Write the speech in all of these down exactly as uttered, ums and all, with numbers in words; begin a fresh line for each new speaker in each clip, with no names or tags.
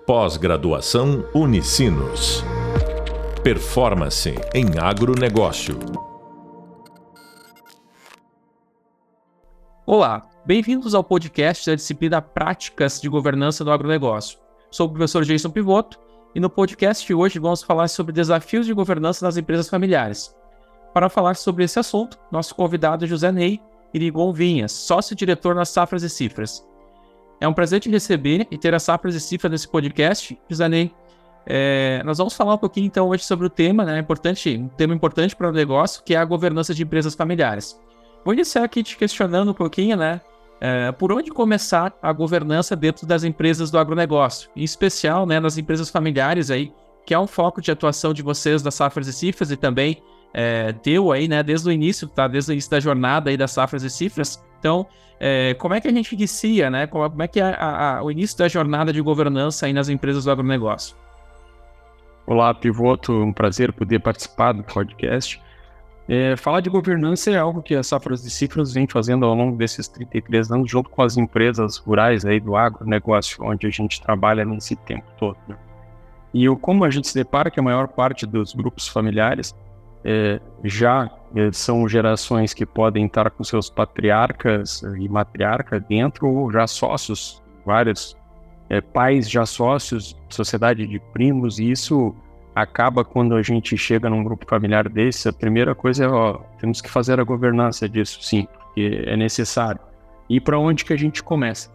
Pós-graduação Unicinos. Performance em agronegócio.
Olá, bem-vindos ao podcast da disciplina Práticas de Governança do Agronegócio. Sou o professor Jason Pivotto e no podcast de hoje vamos falar sobre desafios de governança nas empresas familiares. Para falar sobre esse assunto, nosso convidado é José Ney Irigon Vinhas, sócio-diretor nas Safras e Cifras. É um prazer te receber e ter a Safras e Cifras nesse podcast. José Ney, é, nós vamos falar um pouquinho então hoje sobre o tema, né, importante, um tema importante para o negócio, que é a governança de empresas familiares. Vou iniciar aqui te questionando um pouquinho, né, é, por onde começar a governança dentro das empresas do agronegócio, em especial, né, nas empresas familiares aí, que é um foco de atuação de vocês das Safras e Cifras e também é, deu aí, né, desde o início, tá, desde o início da jornada aí das Safras e Cifras. Então, é, como é que a gente inicia, né, como, como é que é a, a, o início da jornada de governança aí nas empresas do agronegócio?
Olá, Pivotto, um prazer poder participar do podcast. É, falar de governança é algo que a Safras e Cifras vem fazendo ao longo desses trinta e três anos, junto com as empresas rurais aí do agronegócio, onde a gente trabalha nesse tempo todo, né? E eu, como a gente se depara que a maior parte dos grupos familiares é, já é, são gerações que podem estar com seus patriarcas e matriarca dentro, ou já sócios, vários é, pais já sócios, sociedade de primos, e isso acaba quando a gente chega num grupo familiar desse. A primeira coisa é, ó, temos que fazer a governança disso, sim, porque é necessário. E para onde que a gente começa?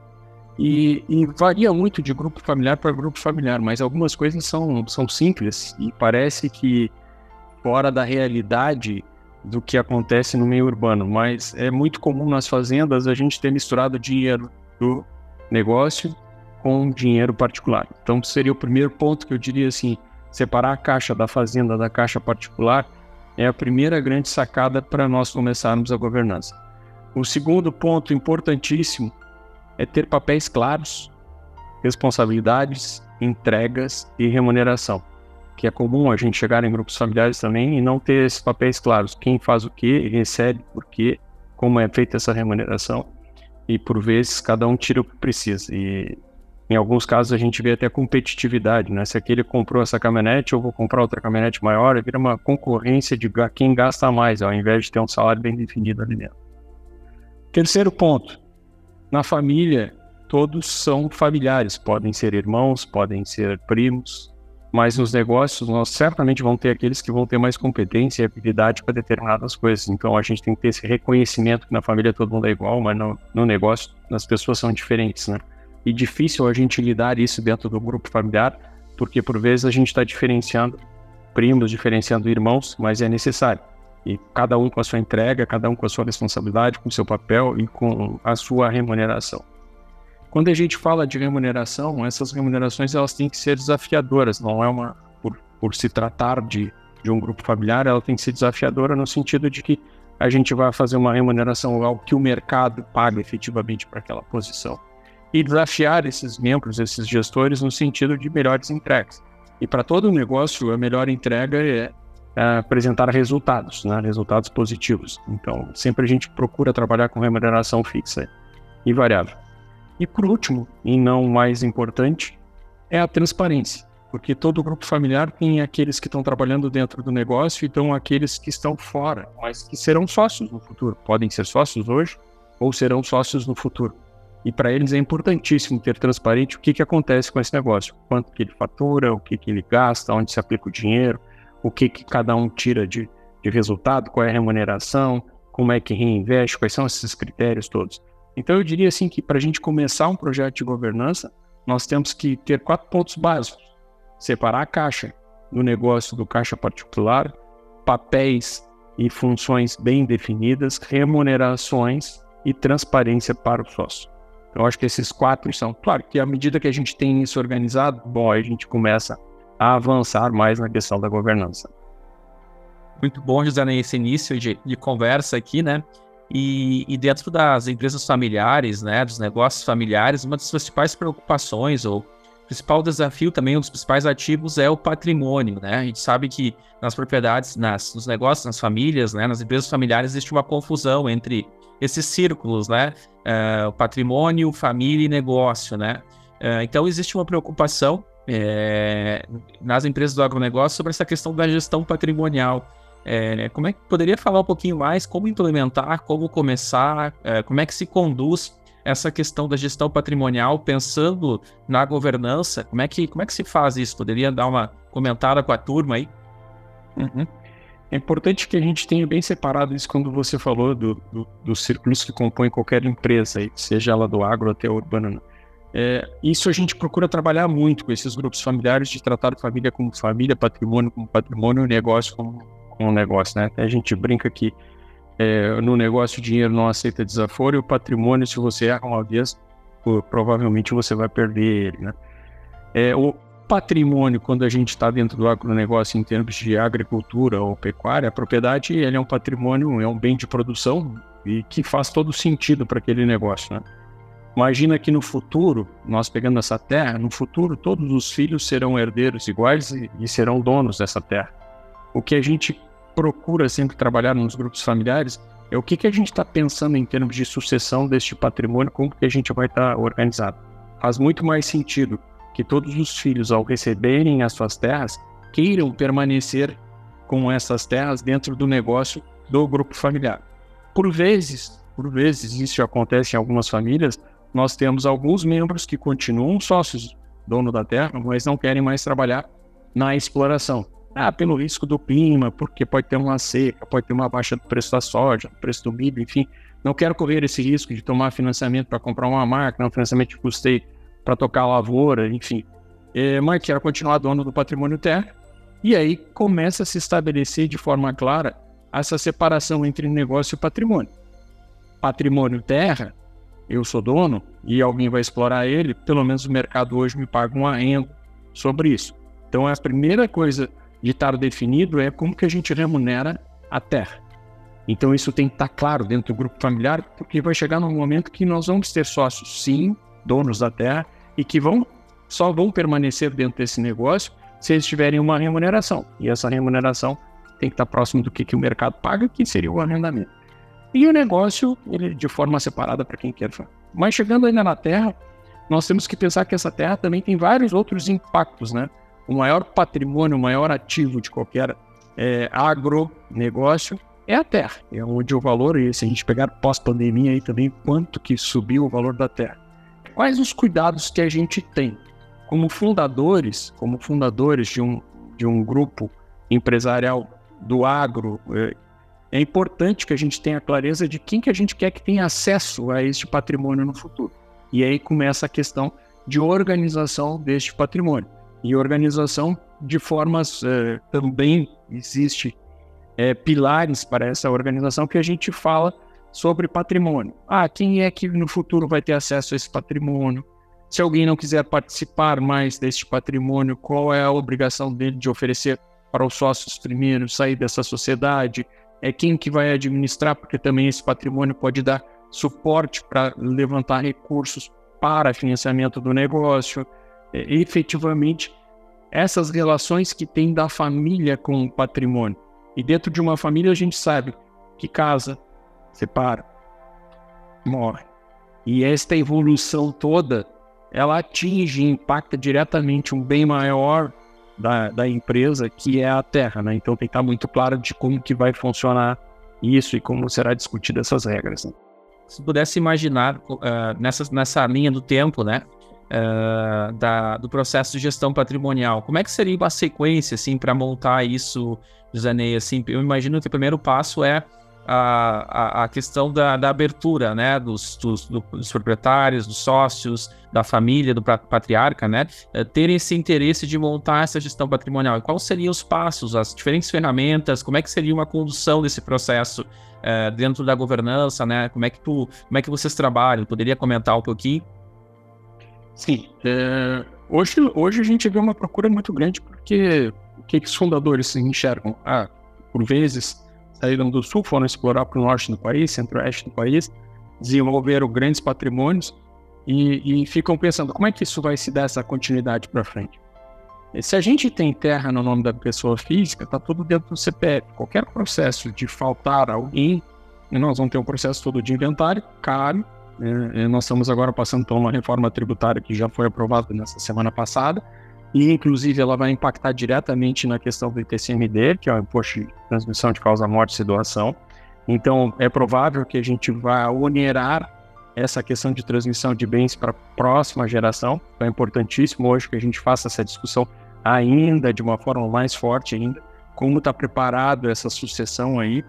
E, e varia muito de grupo familiar para grupo familiar, mas algumas coisas são, são simples e parece que fora da realidade do que acontece no meio urbano, mas é muito comum nas fazendas a gente ter misturado dinheiro do negócio com dinheiro particular. Então seria o primeiro ponto que eu diria assim: separar a caixa da fazenda da caixa particular é a primeira grande sacada para nós começarmos a governança. O segundo ponto importantíssimo é ter papéis claros, responsabilidades, entregas e remuneração, que é comum a gente chegar em grupos familiares também e não ter esses papéis claros. Quem faz o quê, recebe por quê, como é feita essa remuneração, e por vezes cada um tira o que precisa. E em alguns casos a gente vê até competitividade, né? Se aquele comprou essa caminhonete, eu vou comprar outra caminhonete maior, vira uma concorrência de quem gasta mais, ao invés de ter um salário bem definido ali dentro. Terceiro ponto, na família todos são familiares, podem ser irmãos, podem ser primos, mas nos negócios nós certamente vamos ter aqueles que vão ter mais competência e habilidade para determinadas coisas. Então a gente tem que ter esse reconhecimento que na família todo mundo é igual, mas no, no negócio as pessoas são diferentes, né? E difícil a gente lidar isso dentro do grupo familiar, porque por vezes a gente está diferenciando primos, diferenciando irmãos, mas é necessário. E cada um com a sua entrega, cada um com a sua responsabilidade, com o seu papel e com a sua remuneração. Quando a gente fala de remuneração, essas remunerações elas têm que ser desafiadoras, não é uma, por, por se tratar de, de um grupo familiar, ela tem que ser desafiadora no sentido de que a gente vai fazer uma remuneração ao que o mercado paga efetivamente para aquela posição. E desafiar esses membros, esses gestores, no sentido de melhores entregas. E para todo negócio, a melhor entrega é, é apresentar resultados, né? Resultados positivos. Então, sempre a gente procura trabalhar com remuneração fixa e variável. E por último, e não mais importante, é a transparência. Porque todo grupo familiar tem aqueles que estão trabalhando dentro do negócio e então aqueles que estão fora, mas que serão sócios no futuro. Podem ser sócios hoje ou serão sócios no futuro. E para eles é importantíssimo ter transparente o que, que acontece com esse negócio, quanto que ele fatura, o que, que ele gasta, onde se aplica o dinheiro, o que, que cada um tira de, de resultado, qual é a remuneração, como é que reinveste, quais são esses critérios todos. Então eu diria assim que para a gente começar um projeto de governança, nós temos que ter quatro pontos básicos: separar a caixa do negócio do caixa particular, papéis e funções bem definidas, remunerações e transparência para o sócio. Eu acho que esses quatro são, claro, que à medida que a gente tem isso organizado, bom, aí a gente começa a avançar mais na questão da governança.
Muito bom, José, nesse início de, de conversa aqui, né? E, e dentro das empresas familiares, né, dos negócios familiares, uma das principais preocupações ou principal desafio também, um dos principais ativos é o patrimônio, né? A gente sabe que nas propriedades, nas, nos negócios, nas famílias, né, nas empresas familiares existe uma confusão entre esses círculos, né? Uh, patrimônio, família e negócio, né? Uh, então existe uma preocupação é, nas empresas do agronegócio sobre essa questão da gestão patrimonial. É, como é que poderia falar um pouquinho mais como implementar, como começar, é, como é que se conduz essa questão da gestão patrimonial pensando na governança? Como é que, como é que se faz isso? Poderia dar uma comentada com a turma aí?
Uhum. É importante que a gente tenha bem separado isso quando você falou do, do, dos círculos que compõem qualquer empresa, seja ela do agro até a urbana. É, isso a gente procura trabalhar muito com esses grupos familiares, de tratar a família como família, patrimônio como patrimônio, negócio como, como negócio, né? A gente brinca que é, no negócio o dinheiro não aceita desaforo e o patrimônio, se você erra uma vez, pô, provavelmente você vai perder ele, né? É, o patrimônio, quando a gente está dentro do agronegócio em termos de agricultura ou pecuária, a propriedade ele é um patrimônio, é um bem de produção e que faz todo sentido para aquele negócio, né? Imagina que no futuro, nós pegando essa terra, no futuro todos os filhos serão herdeiros iguais e, e serão donos dessa terra. O que a gente procura sempre trabalhar nos grupos familiares é o que, que a gente está pensando em termos de sucessão deste patrimônio, como que a gente vai estar tá organizado. Faz muito mais sentido que todos os filhos, ao receberem as suas terras, queiram permanecer com essas terras dentro do negócio do grupo familiar. Por vezes, por vezes, isso acontece em algumas famílias, nós temos alguns membros que continuam sócios, dono da terra, mas não querem mais trabalhar na exploração. Ah, pelo risco do clima, porque pode ter uma seca, pode ter uma baixa do preço da soja, do preço do milho, enfim. Não quero correr esse risco de tomar financiamento para comprar uma máquina, um financiamento de custeio para tocar a lavoura, enfim. É, mas quero continuar dono do patrimônio terra. E aí começa a se estabelecer de forma clara essa separação entre negócio e patrimônio. Patrimônio terra, eu sou dono e alguém vai explorar ele, pelo menos o mercado hoje me paga um arrendo sobre isso. Então a primeira coisa de estar definido é como que a gente remunera a terra. Então isso tem que estar claro dentro do grupo familiar, porque vai chegar num momento que nós vamos ter sócios, sim, donos da terra, e que vão, só vão permanecer dentro desse negócio se eles tiverem uma remuneração. E essa remuneração tem que estar próximo do que, que o mercado paga, que seria o arrendamento. E o negócio, ele de forma separada para quem quer fazer. Mas chegando ainda na terra, nós temos que pensar que essa terra também tem vários outros impactos, né? O maior patrimônio, o maior ativo de qualquer é, agronegócio é a terra. É onde o valor, e se a gente pegar pós-pandemia aí também, quanto que subiu o valor da terra. Quais os cuidados que a gente tem? Como fundadores, como fundadores de um, de um grupo empresarial do agro, é, é importante que a gente tenha clareza de quem que a gente quer que tenha acesso a este patrimônio no futuro. E aí começa a questão de organização deste patrimônio. E organização de formas, eh, também existe eh, pilares para essa organização que a gente fala sobre patrimônio. Ah, quem é que no futuro vai ter acesso a esse patrimônio? Se alguém não quiser participar mais deste patrimônio, qual é a obrigação dele de oferecer para os sócios primeiro sair dessa sociedade? É quem que vai administrar, porque também esse patrimônio pode dar suporte para levantar recursos para financiamento do negócio. É, efetivamente, essas relações que tem da família com o patrimônio. E dentro de uma família a gente sabe que casa, separa, morre. E esta evolução toda, ela atinge e impacta diretamente um bem maior Da, da empresa, que é a terra, né? Então tem que estar muito claro de como que vai funcionar isso e como será discutido essas regras, né?
Se pudesse imaginar uh, nessa, nessa linha do tempo, né, uh, da, do processo de gestão patrimonial, como é que seria uma sequência, assim, para montar isso, Zanei? Assim, eu imagino que o primeiro passo é a, a, a questão da, da abertura, né, dos, dos, dos proprietários, dos sócios, da família, do patriarca, né, terem esse interesse de montar essa gestão patrimonial. E quais seriam os passos, as diferentes ferramentas, como é que seria uma condução desse processo é, dentro da governança, né, como é que tu, como é que vocês trabalham? Poderia comentar um pouquinho?
Sim, é, hoje, hoje a gente vê uma procura muito grande porque o que os fundadores se enxergam? Ah, por vezes saíram do sul, foram explorar para o norte do país, centro-oeste do país, desenvolveram grandes patrimônios e, e ficam pensando como é que isso vai se dar essa continuidade para frente. E se a gente tem terra no nome da pessoa física, está tudo dentro do C P F. Qualquer processo de faltar alguém, nós vamos ter um processo todo de inventário, caro. É, nós estamos agora passando por uma reforma tributária que já foi aprovada nessa semana passada, e inclusive ela vai impactar diretamente na questão do I T C M D, que é o Imposto de Transmissão de Causa Morte e Doação. Então, é provável que a gente vá onerar essa questão de transmissão de bens para a próxima geração. Então, é importantíssimo hoje que a gente faça essa discussão ainda de uma forma mais forte ainda, como está preparado essa sucessão aí.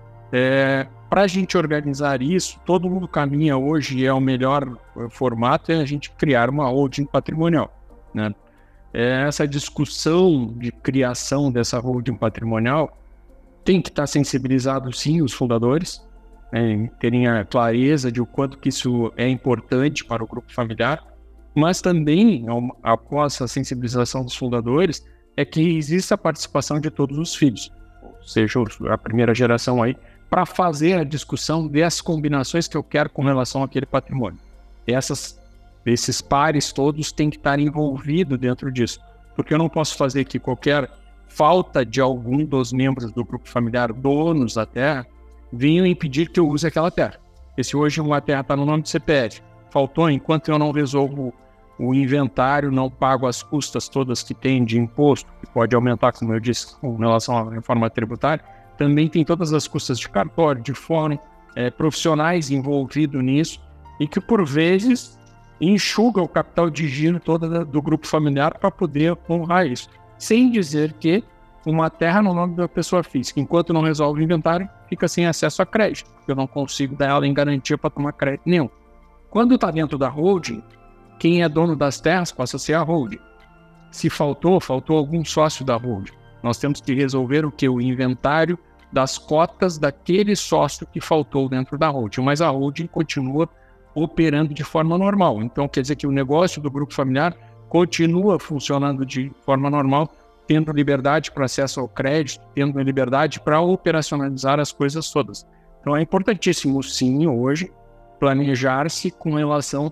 É, para a gente organizar isso, todo mundo caminha hoje, é o melhor formato, é a gente criar uma holding patrimonial, né? É, essa discussão de criação dessa holding patrimonial tem que estar sensibilizado, sim, os fundadores, né, terem a clareza de o quanto que isso é importante para o grupo familiar, mas também, após a sensibilização dos fundadores, é que exista a participação de todos os filhos, ou seja, a primeira geração aí, para fazer a discussão das combinações que eu quero com relação àquele patrimônio. Essas, esses pares todos têm que estar envolvidos dentro disso, porque eu não posso fazer que qualquer falta de algum dos membros do grupo familiar, donos da terra, venham impedir que eu use aquela terra. Porque se hoje uma terra está no nome do C P F, faltou, enquanto eu não resolvo o inventário, não pago as custas todas que tem de imposto, que pode aumentar, como eu disse, com relação à reforma tributária, também tem todas as custas de cartório, de fórum, é, profissionais envolvidos nisso, e que por vezes enxuga o capital de giro todo do grupo familiar para poder honrar isso. Sem dizer que uma terra no nome da pessoa física, enquanto não resolve o inventário, fica sem acesso a crédito, porque eu não consigo dar ela em garantia para tomar crédito nenhum. Quando está dentro da holding, quem é dono das terras passa a ser a holding. Se faltou, faltou algum sócio da holding. Nós temos que resolver o que? O inventário das cotas daquele sócio que faltou dentro da holding, mas a holding continua operando de forma normal. Então, quer dizer que o negócio do grupo familiar continua funcionando de forma normal, tendo liberdade para acesso ao crédito, tendo liberdade para operacionalizar as coisas todas. Então é importantíssimo, sim, hoje, planejar-se com relação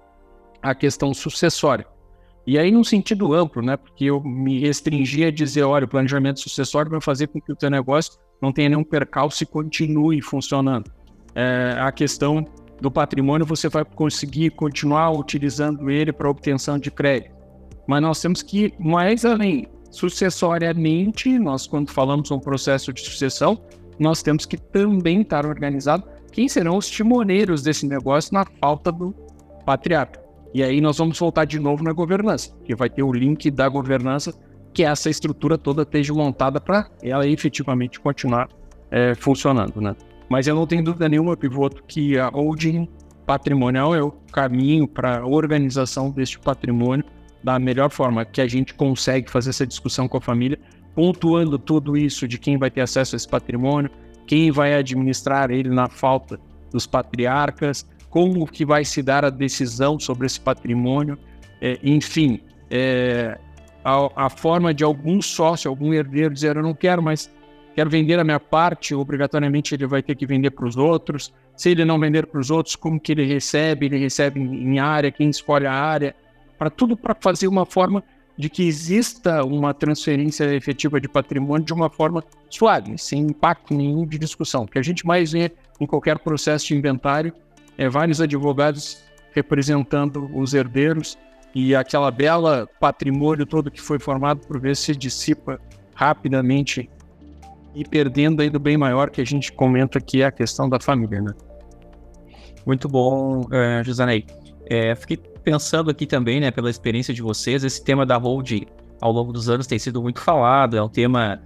à questão sucessória. E aí, num sentido amplo, né? Porque eu me restringi a dizer, olha, o planejamento sucessório vai fazer com que o teu negócio não tenha nenhum percalço e continue funcionando. É, a questão do patrimônio, você vai conseguir continuar utilizando ele para obtenção de crédito. Mas nós temos que ir mais além. Sucessoriamente, nós quando falamos um processo de sucessão, nós temos que também estar organizado quem serão os timoneiros desse negócio na falta do patriarca. E aí nós vamos voltar de novo na governança, que vai ter o link da governança, que essa estrutura toda esteja montada para ela efetivamente continuar é, funcionando, né? Mas eu não tenho dúvida nenhuma, Pivoto, que a holding patrimonial é o caminho para a organização deste patrimônio da melhor forma que a gente consegue fazer essa discussão com a família, pontuando tudo isso de quem vai ter acesso a esse patrimônio, quem vai administrar ele na falta dos patriarcas, como que vai se dar a decisão sobre esse patrimônio, é, enfim, é, a, a forma de algum sócio, algum herdeiro dizer, eu não quero mais, quero vender a minha parte, obrigatoriamente ele vai ter que vender para os outros. Se ele não vender para os outros, como que ele recebe? Ele recebe em, em área, quem escolhe a área, para tudo para fazer uma forma de que exista uma transferência efetiva de patrimônio de uma forma suave, sem impacto nenhum de discussão. O que a gente mais vê em qualquer processo de inventário é vários advogados representando os herdeiros e aquela bela patrimônio todo que foi formado por vezes se dissipa rapidamente e perdendo aí do bem maior que a gente comenta, que é a questão da família, né?
Muito bom, uh, Josanei. É, fiquei pensando aqui também, né, pela experiência de vocês, esse tema da holding ao longo dos anos tem sido muito falado, é um tema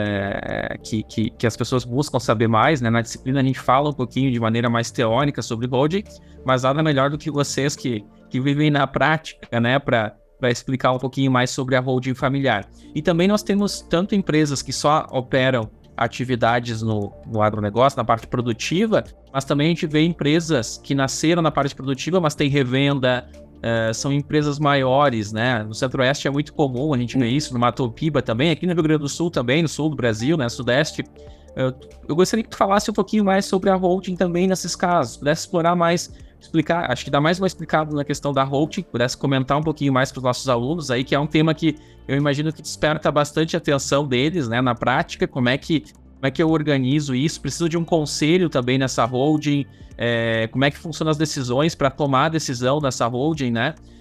é, que, que, que as pessoas buscam saber mais, né? Na disciplina a gente fala um pouquinho de maneira mais teórica sobre holding, mas nada melhor do que vocês que, que vivem na prática, né, para para explicar um pouquinho mais sobre a holding familiar. E também nós temos tanto empresas que só operam atividades no, no agronegócio, na parte produtiva, mas também a gente vê empresas que nasceram na parte produtiva, mas tem revenda, uh, são empresas maiores, né? No Centro-Oeste é muito comum a gente ver isso, no Mato Piba também, aqui no Rio Grande do Sul também, no sul do Brasil, né? Sudeste. Eu, eu gostaria que tu falasse um pouquinho mais sobre a holding também nesses casos, pudesse explorar mais, explicar, acho que dá mais uma explicada na questão da holding, pudesse comentar um pouquinho mais para os nossos alunos aí, que é um tema que eu imagino que desperta bastante atenção deles, né, na prática, como é que, como é que eu organizo isso, preciso de um conselho também nessa holding, é, como é que funcionam as decisões para tomar a decisão nessa holding, né,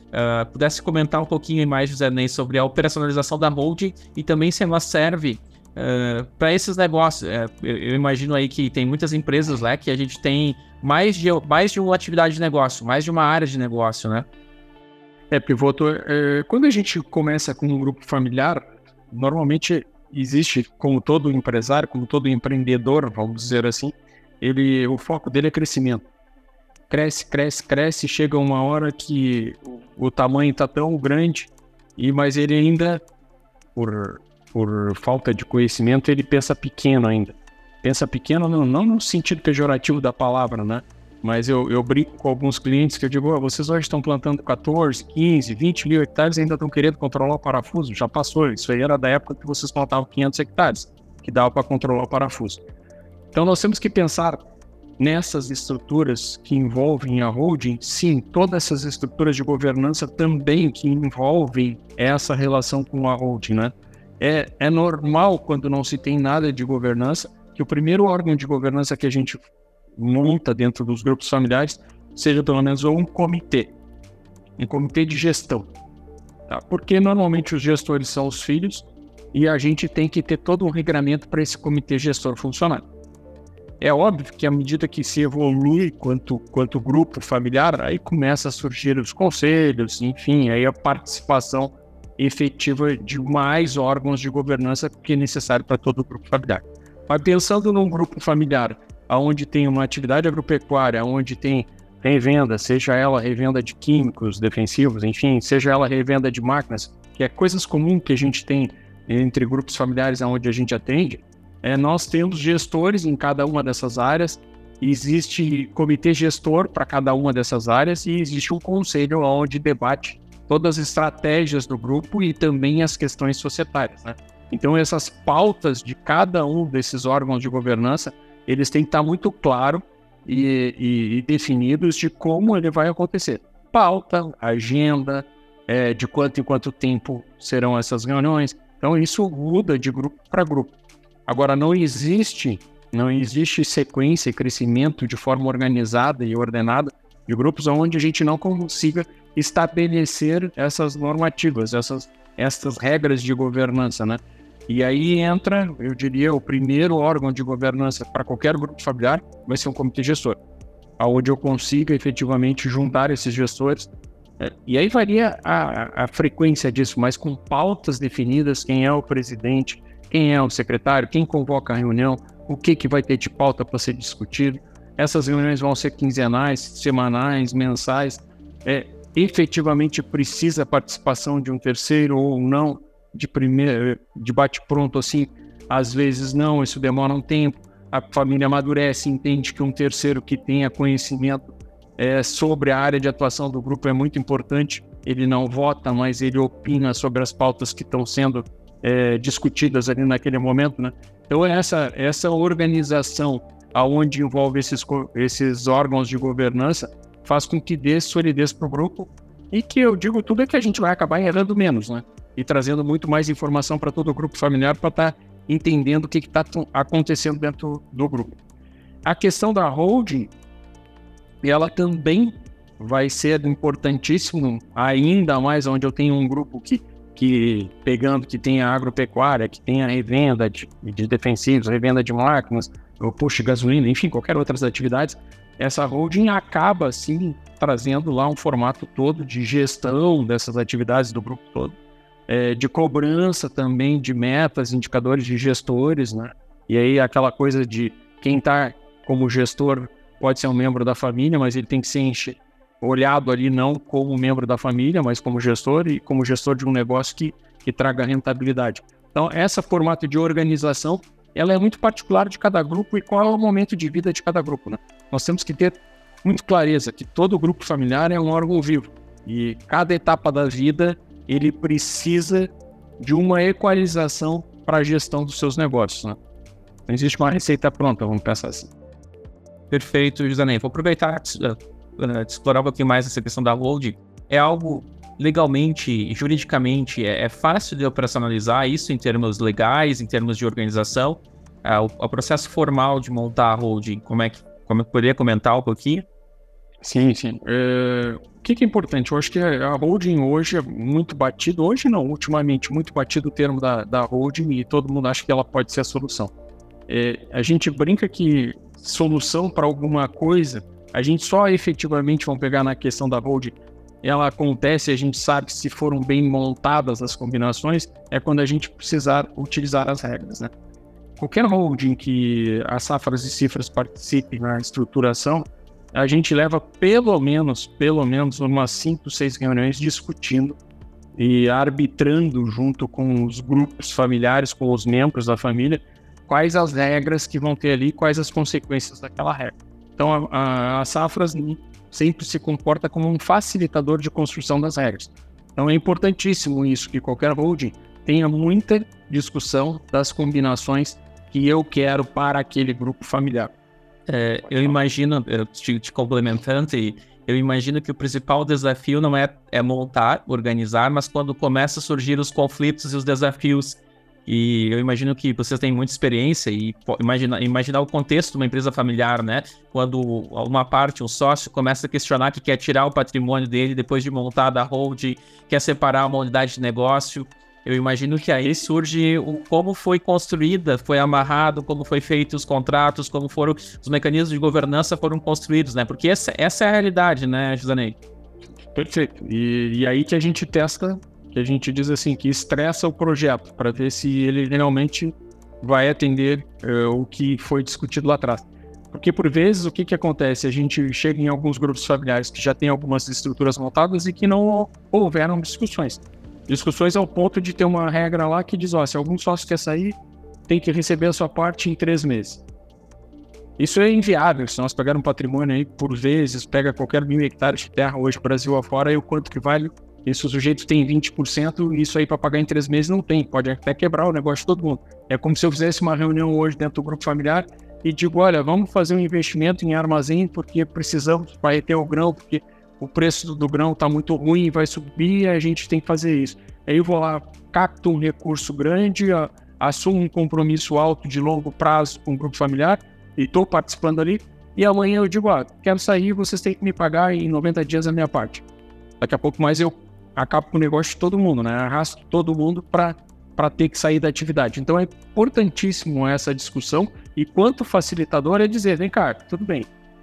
uh, pudesse comentar um pouquinho mais, José Ney, sobre a operacionalização da holding e também se ela serve uh, para esses negócios. Uh, eu, eu imagino aí que tem muitas empresas lá que a gente tem mais de, mais de uma atividade de negócio, mais de uma área de negócio, né?
É, Pivoto, é, quando a gente começa com um grupo familiar, normalmente existe, como todo empresário, como todo empreendedor, vamos dizer assim, ele, o foco dele é crescimento. Cresce, cresce, cresce, chega uma hora que o, o tamanho está tão grande, e, mas ele ainda, por, por falta de conhecimento, ele pensa pequeno ainda. Pensa pequeno não, não no sentido pejorativo da palavra, né? Mas eu, eu brinco com alguns clientes que eu digo, oh, vocês hoje estão plantando quatorze, quinze, vinte mil hectares e ainda estão querendo controlar o parafuso. Já passou, isso aí era da época que vocês plantavam quinhentos hectares, que dava para controlar o parafuso. Então nós temos que pensar nessas estruturas que envolvem a holding, sim, todas essas estruturas de governança também que envolvem essa relação com a holding, né? É, é normal, quando não se tem nada de governança, que o primeiro órgão de governança que a gente monta dentro dos grupos familiares seja pelo menos um comitê, um comitê de gestão, tá? Porque normalmente os gestores são os filhos e a gente tem que ter todo um regramento para esse comitê gestor funcionar. É óbvio que à medida que se evolui quanto, quanto grupo familiar, aí começa a surgir os conselhos, enfim, aí a participação efetiva de mais órgãos de governança que é necessário para todo o grupo familiar. Mas pensando num grupo familiar onde tem uma atividade agropecuária, onde tem revenda, seja ela revenda de químicos defensivos, enfim, seja ela revenda de máquinas, que é coisas comuns que a gente tem entre grupos familiares onde a gente atende, é, nós temos gestores em cada uma dessas áreas, existe comitê gestor para cada uma dessas áreas e existe um conselho onde debate todas as estratégias do grupo e também as questões societárias, né? Então essas pautas de cada um desses órgãos de governança, eles têm que estar muito claro e, e, e definidos de como ele vai acontecer. Pauta, agenda, é, de quanto em quanto tempo serão essas reuniões. Então isso muda de grupo para grupo. Agora não existe, não existe sequência e crescimento de forma organizada e ordenada de grupos onde a gente não consiga estabelecer essas normativas, essas, essas regras de governança, né? E aí entra, eu diria, o primeiro órgão de governança para qualquer grupo familiar vai ser um comitê gestor, onde eu consiga efetivamente juntar esses gestores. É, e aí varia a, a frequência disso, mas com pautas definidas, quem é o presidente, quem é o secretário, quem convoca a reunião, o que, que vai ter de pauta para ser discutido. Essas reuniões vão ser quinzenais, semanais, mensais. É, efetivamente precisa a participação de um terceiro ou não, de primeiro, de bate-pronto assim, às vezes não, isso demora um tempo, a família amadurece, entende que um terceiro que tenha conhecimento é, sobre a área de atuação do grupo é muito importante, ele não vota, mas ele opina sobre as pautas que estão sendo é, discutidas ali naquele momento, né? Então essa, essa organização aonde envolve esses, esses órgãos de governança faz com que dê solidez para o grupo e que eu digo tudo é que a gente vai acabar errando menos, né? E trazendo muito mais informação para todo o grupo familiar para estar tá entendendo o que está acontecendo dentro do grupo. A questão da holding, ela também vai ser importantíssimo, ainda mais onde eu tenho um grupo que, que pegando, que tem a agropecuária, que tem a revenda de, de defensivos, revenda de máquinas, o posto de gasolina, enfim, qualquer outras atividades, essa holding acaba, sim, trazendo lá um formato todo de gestão dessas atividades do grupo todo. É, de cobrança também de metas, indicadores de gestores, né? E aí aquela coisa de quem está como gestor pode ser um membro da família, mas ele tem que ser enche, olhado ali não como membro da família, mas como gestor e como gestor de um negócio que, que traga rentabilidade. Então, esse formato de organização, ela é muito particular de cada grupo e qual é o momento de vida de cada grupo, né? Nós temos que ter muito clareza que todo grupo familiar é um órgão vivo e cada etapa da vida ele precisa de uma equalização para a gestão dos seus negócios, né? Não existe uma receita pronta, vamos pensar assim.
Perfeito, José Ney. Vou aproveitar de explorar um pouquinho mais essa questão da holding. É algo legalmente e juridicamente, é, é fácil de operacionalizar isso em termos legais, em termos de organização? É, o, o processo formal de montar a holding, como é que como eu poderia comentar um pouquinho?
Sim, sim. É, o que, que é importante? Eu acho que a holding hoje é muito batido, hoje não, ultimamente, muito batido o termo da, da holding e todo mundo acha que ela pode ser a solução. É, a gente brinca que solução para alguma coisa, a gente só efetivamente vamos pegar na questão da holding, ela acontece, a gente sabe que se foram bem montadas as combinações, é quando a gente precisar utilizar as regras, né? Qualquer holding que a Safras e Cifras participe na estruturação, a gente leva pelo menos, pelo menos umas cinco, seis reuniões discutindo e arbitrando junto com os grupos familiares, com os membros da família, quais as regras que vão ter ali, quais as consequências daquela regra. Então, a, a, a Safras sempre se comporta como um facilitador de construção das regras. Então, é importantíssimo isso, que qualquer holding tenha muita discussão das combinações que eu quero para aquele grupo familiar.
É, eu imagino, eu te, te complementando, eu imagino que o principal desafio não é, é montar, organizar, mas quando começa a surgir os conflitos e os desafios. E eu imagino que vocês têm muita experiência e imagina, imaginar o contexto de uma empresa familiar, né? Quando uma parte, um sócio, começa a questionar que quer tirar o patrimônio dele depois de montar da holding, quer separar uma unidade de negócio. Eu imagino que aí surge o como foi construída, foi amarrado, como foi feito os contratos, como foram os mecanismos de governança foram construídos, né? Porque essa, essa é a realidade, né, Josanei?
Perfeito. E, e aí que a gente testa, que a gente diz assim, que estressa o projeto, para ver se ele realmente vai atender uh, o que foi discutido lá atrás. Porque, por vezes, o que, que acontece? A gente chega em alguns grupos familiares que já tem algumas estruturas montadas e que não houveram discussões. Discussões ao ponto de ter uma regra lá que diz, ó, se algum sócio quer sair, tem que receber a sua parte em três meses. Isso é inviável. Se nós pegarmos um patrimônio aí, por vezes, pega qualquer mil hectares de terra hoje, Brasil afora, aí o quanto que vale, e se o sujeito tem vinte por cento, isso aí para pagar em três meses não tem, pode até quebrar o negócio de todo mundo. É como se eu fizesse uma reunião hoje dentro do grupo familiar e digo, olha, vamos fazer um investimento em armazém porque precisamos para reter o grão, porque o preço do, do grão está muito ruim, vai subir e a gente tem que fazer isso. Aí eu vou lá, capto um recurso grande, a, assumo um compromisso alto de longo prazo com o grupo familiar e estou participando ali, e amanhã eu digo, ah, quero sair, vocês têm que me pagar em noventa dias a minha parte. Daqui a pouco mais eu acabo com o negócio de todo mundo, né? Arrasto todo mundo para para ter que sair da atividade. Então é importantíssimo essa discussão, e quanto facilitador é dizer, vem cá, tudo bem,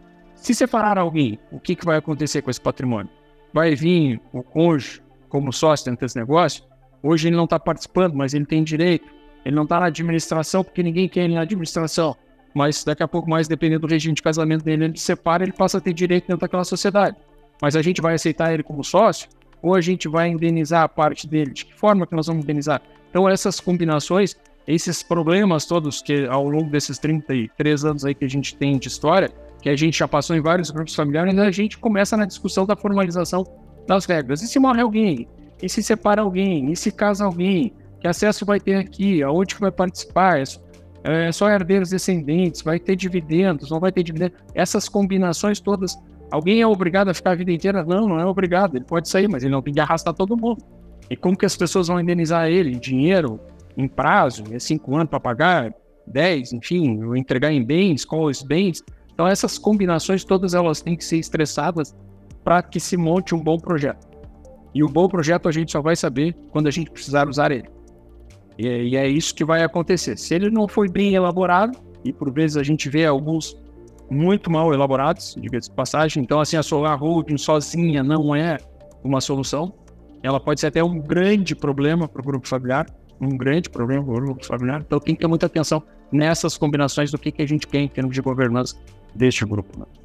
se separar alguém, o que, que vai acontecer com esse patrimônio? Vai vir o cônjuge como sócio dentro desse negócio? Hoje ele não está participando, mas ele tem direito. Ele não está na administração porque ninguém quer ele na administração. Mas daqui a pouco mais, dependendo do regime de casamento dele, ele se separa, ele passa a ter direito dentro daquela sociedade. Mas a gente vai aceitar ele como sócio? Ou a gente vai indenizar a parte dele? De que forma que nós vamos indenizar? Então essas combinações, esses problemas todos que ao longo desses trinta e três anos aí que a gente tem de história, que a gente já passou em vários grupos familiares, a gente começa na discussão da formalização das regras. E se morre alguém? E se separa alguém? E se casa alguém? Que acesso vai ter aqui? Aonde que vai participar? É só herdeiros descendentes? Vai ter dividendos? Não vai ter dividendos? Essas combinações todas, alguém é obrigado a ficar a vida inteira? Não, não é obrigado. Ele pode sair, mas ele não tem que arrastar todo mundo. E como que as pessoas vão indenizar ele? Em dinheiro? Em prazo? É cinco anos para pagar? Dez? Enfim, entregar em bens? Quais bens? Então essas combinações todas elas têm que ser estressadas para que se monte um bom projeto. E o bom projeto a gente só vai saber quando a gente precisar usar ele. E, e é isso que vai acontecer. Se ele não foi bem elaborado, e por vezes a gente vê alguns muito mal elaborados, diga-se de passagem, então assim, a Solar Holding sozinha não é uma solução. Ela pode ser até um grande problema para o grupo familiar, um grande problema para o grupo familiar. Então tem que ter muita atenção nessas combinações do que, que a gente quer em termos de governança deste grupo, né?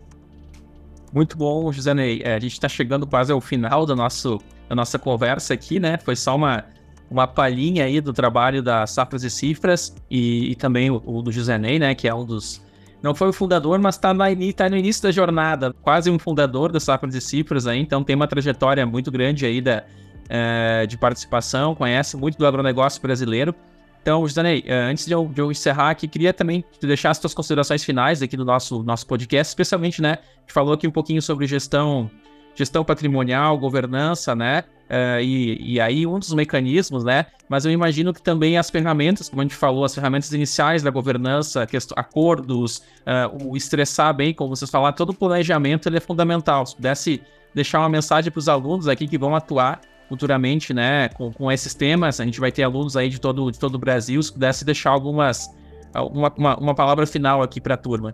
Muito bom, Josanei. É, a gente está chegando quase ao final do nosso, da nossa conversa aqui, né? Foi só uma, uma palhinha aí do trabalho da Safras e Cifras e, e também o, o do Josanei, né? Que é um dos... Não foi o fundador, mas está tá no início da jornada. Quase um fundador da Safras e Cifras aí, então tem uma trajetória muito grande aí da, é, de participação, conhece muito do agronegócio brasileiro. Então, Josanei, antes de eu, de eu encerrar aqui, queria também deixar as tuas considerações finais aqui do nosso, nosso podcast, especialmente, né, a gente falou aqui um pouquinho sobre gestão, gestão patrimonial, governança, né, uh, e, e aí um dos mecanismos, né? Mas eu imagino que também as ferramentas, como a gente falou, as ferramentas iniciais da governança, acordos, uh, o estressar bem, como vocês falaram, todo o planejamento ele é fundamental. Se pudesse deixar uma mensagem para os alunos aqui que vão atuar futuramente, né, com, com esses temas, a gente vai ter alunos aí de todo, de todo o Brasil, se pudesse deixar algumas, uma, uma, uma palavra final aqui para a turma.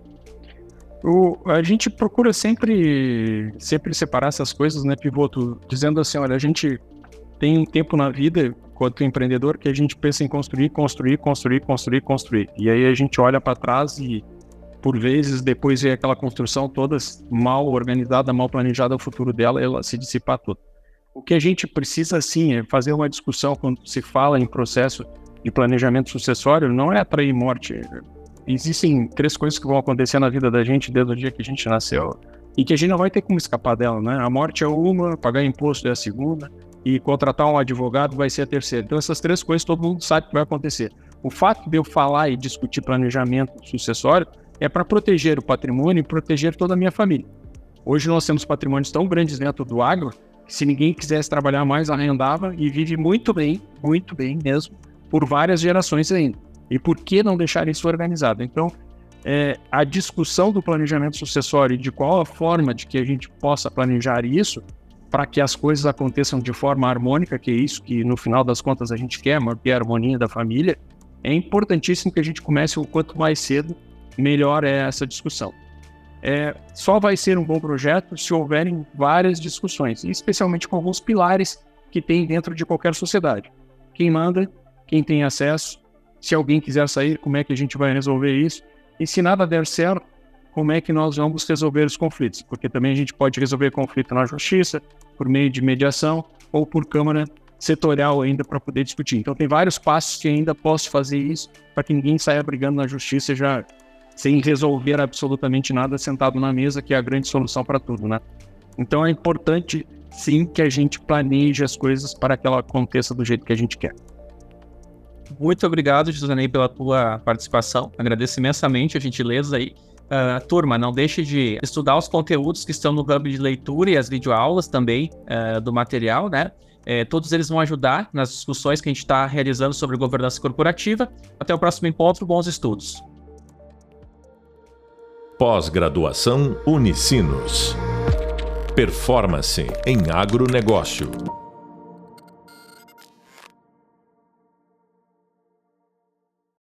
O, a gente procura sempre, sempre separar essas coisas, né, Pivoto, dizendo assim, olha, a gente tem um tempo na vida, enquanto empreendedor, que a gente pensa em construir, construir, construir, construir, construir. E aí a gente olha para trás e, por vezes, depois vê aquela construção toda mal organizada, mal planejada, o futuro dela, ela se dissipar toda. O que a gente precisa, sim, é fazer uma discussão quando se fala em processo de planejamento sucessório, não é atrair morte. Existem três coisas que vão acontecer na vida da gente desde o dia que a gente nasceu e que a gente não vai ter como escapar dela, né? A morte é uma, pagar imposto é a segunda e contratar um advogado vai ser a terceira. Então essas três coisas todo mundo sabe que vai acontecer. O fato de eu falar e discutir planejamento sucessório é para proteger o patrimônio e proteger toda a minha família. Hoje nós temos patrimônios tão grandes dentro do agro que se ninguém quisesse trabalhar mais, arrendava e vive muito bem, muito bem mesmo, por várias gerações ainda. E por que não deixar isso organizado? Então, é, a discussão do planejamento sucessório e de qual a forma de que a gente possa planejar isso para que as coisas aconteçam de forma harmônica, que é isso que no final das contas a gente quer, manter a harmonia da família, é importantíssimo que a gente comece o quanto mais cedo, melhor é essa discussão. É, só vai ser um bom projeto se houverem várias discussões, especialmente com alguns pilares que tem dentro de qualquer sociedade. Quem manda, quem tem acesso, se alguém quiser sair, como é que a gente vai resolver isso? E se nada der certo, como é que nós vamos resolver os conflitos? Porque também a gente pode resolver conflito na justiça, por meio de mediação, ou por câmara setorial ainda para poder discutir. Então tem vários passos que ainda posso fazer isso, para que ninguém saia brigando na justiça já sem resolver absolutamente nada sentado na mesa, que é a grande solução para tudo, né? Então é importante, sim, que a gente planeje as coisas para que ela aconteça do jeito que a gente quer.
Muito obrigado, Josanei, pela tua participação. Agradeço imensamente a gentileza aí. Uh, turma, não deixe de estudar os conteúdos que estão no Hub de Leitura e as videoaulas também uh, do material, né? Uh, todos eles vão ajudar nas discussões que a gente está realizando sobre governança corporativa. Até o próximo encontro, bons estudos.
Pós-graduação Unicinos. Performance em agronegócio.